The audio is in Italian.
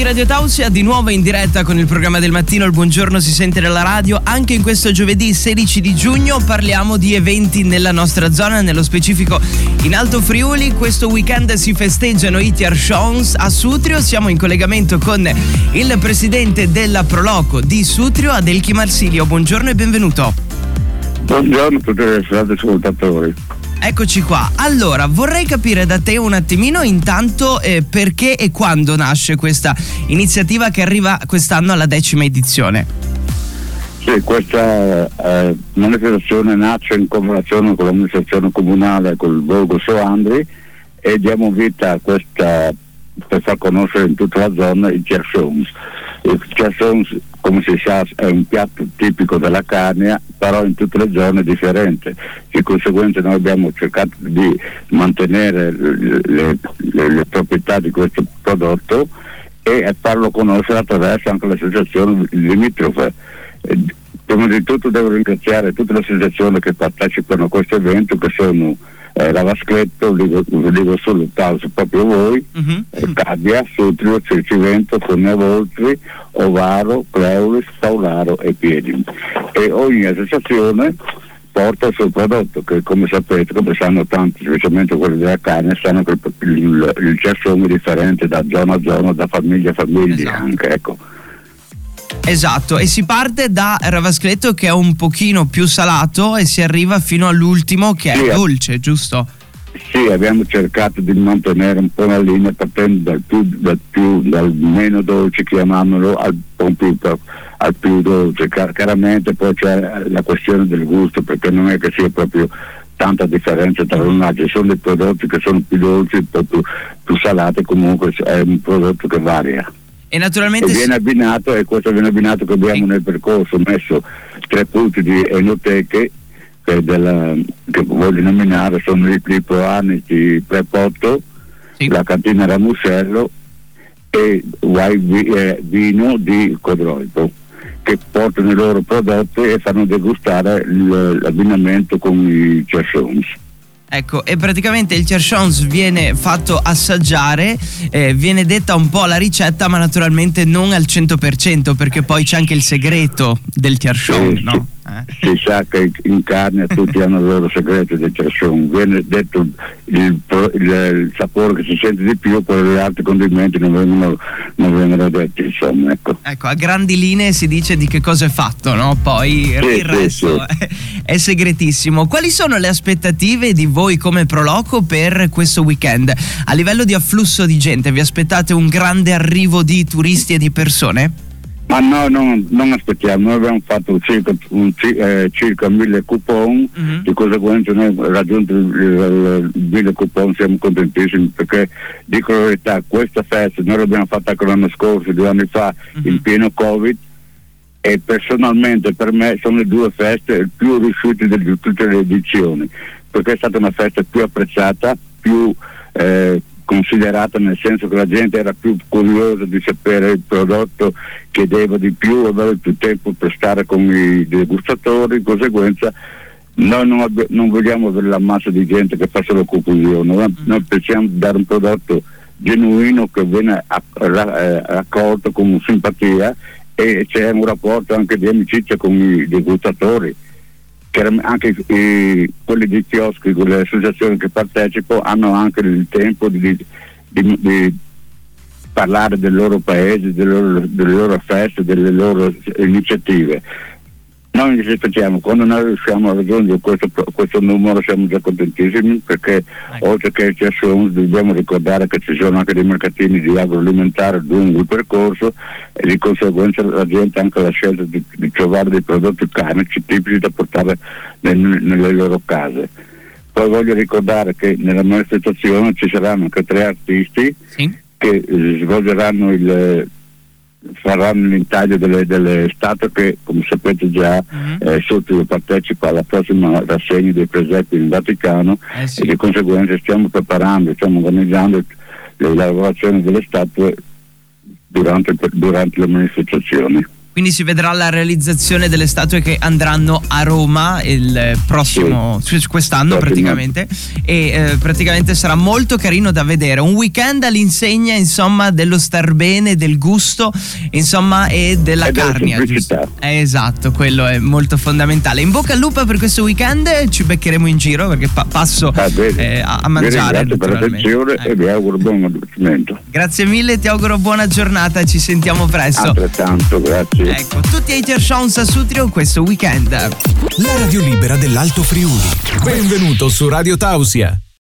di Radio Tausia, di nuovo in diretta con il programma del mattino. Il buongiorno si sente dalla radio. Anche in questo giovedì 16 di giugno parliamo di eventi nella nostra zona, nello specifico in Alto Friuli. Questo weekend si festeggiano i Tiarchons a Sutrio. Siamo in collegamento con il presidente della Proloco di Sutrio, Adelchi Marsilio. Buongiorno e benvenuto. Buongiorno a tutti gli ascoltatori. Eccoci qua. Allora, vorrei capire da te un attimino intanto perché e quando nasce questa iniziativa che arriva quest'anno alla 10ª edizione. Sì, questa manifestazione nasce in collaborazione con l'amministrazione comunale, con il Borgo Soandri, e diamo vita a questa per far conoscere in tutta la zona i Tiarchons. Il Tiarchons, come si sa, è un piatto tipico della Carnia, però in tutte le zone è differente. Di conseguenza noi abbiamo cercato di mantenere le proprietà di questo prodotto e farlo conoscere attraverso anche le associazioni limitrofe. Prima di tutto devo ringraziare tutte le associazioni che partecipano a questo evento, che sono Ravascletto, dico solo Tausia, proprio voi, Cabbia, Sutrio, Circivento, Fornia Voltri, Ovaro, Cleuris, Saularo e Piedi. E ogni associazione porta il suo prodotto, che come sapete, come sanno tanti, specialmente quelli della carne, sanno che il Tiarchon è differente da zona a zona, da famiglia a famiglia, esatto. Anche, ecco. Esatto, e si parte da Ravascletto, che è un pochino più salato, e si arriva fino all'ultimo che è dolce, giusto? Sì, abbiamo cercato di mantenere un po' la linea, partendo dal meno dolce, chiamiamolo, al più dolce. Chiaramente poi c'è la questione del gusto, perché non è che sia proprio tanta differenza tra l'uno e l'altro. Ci sono dei prodotti che sono più dolci, un po' più salati, comunque è un prodotto che varia. E naturalmente viene abbinato, e questo viene abbinato, che abbiamo nel percorso messo 3 punti di enoteche che voglio nominare, sono i Plipoani di Prepotto, la cantina Ramusello e vino di Codroito, che portano i loro prodotti e fanno degustare l'abbinamento con i Tiarchons. Ecco, e praticamente il Tiarchons viene fatto assaggiare, viene detta un po' la ricetta, ma naturalmente non al 100%, perché poi c'è anche il segreto del Tiarchon, sì, no? Si sa che in carne tutti hanno il loro segreto del Tiarchon. Viene detto il sapore che si sente di più, poi gli altri condimenti non vengono detti, insomma, ecco. Ecco, a grandi linee si dice di che cosa è fatto, no? Poi il resto è segretissimo. Quali sono le aspettative di voi come Proloco per questo weekend? A livello di afflusso di gente, vi aspettate un grande arrivo di turisti e di persone? Ma no, non aspettiamo. Noi abbiamo fatto circa 1000 coupon, di conseguenza noi raggiunto il 1000 coupon, siamo contentissimi, perché dico la verità, questa festa noi l'abbiamo fatta anche l'anno scorso, 2 anni fa, in pieno Covid, e personalmente per me sono le 2 feste più riuscite di tutte le edizioni, perché è stata una festa più apprezzata, più considerata, nel senso che la gente era più curiosa di sapere il prodotto, chiedeva di più, aveva più tempo per stare con i degustatori. In conseguenza noi non vogliamo avere la massa di gente che fa solo confusione, noi pensiamo di dare un prodotto genuino che viene accolto con simpatia, e c'è un rapporto anche di amicizia con i degustatori. Anche quelli di chioschi, con le associazioni che partecipo, hanno anche il tempo di parlare del loro paese, delle loro feste, delle loro iniziative. Noi ci aspettiamo, quando noi riusciamo a raggiungere questo numero siamo già contentissimi, perché oltre che i Tiarchons dobbiamo ricordare che ci sono anche dei mercatini di agroalimentare lungo il percorso, e di conseguenza la gente ha anche la scelta di trovare dei prodotti carnici tipici da portare nelle loro case. Poi voglio ricordare che nella manifestazione ci saranno anche 3 artisti che svolgeranno faranno l'intaglio delle statue, che come sapete già Sutrio partecipa alla prossima rassegna dei presepi in Vaticano, e di conseguenza stiamo organizzando le lavorazioni delle statue durante le manifestazioni. Quindi si vedrà la realizzazione delle statue che andranno a Roma il prossimo, quest'anno praticamente, e praticamente sarà molto carino da vedere. Un weekend all'insegna, insomma, dello star bene, del gusto, insomma, e della carnia. Esatto, quello è molto fondamentale. In bocca al lupo per questo weekend, ci beccheremo in giro perché passo a mangiare. Grazie per l'attenzione e vi auguro buon divertimento. Grazie mille, ti auguro buona giornata, ci sentiamo presto. Altrettanto, grazie. Ecco, tutti Hater Shows a Sutrio questo weekend. La radio libera dell'Alto Friuli. Benvenuto su Radio Tausia.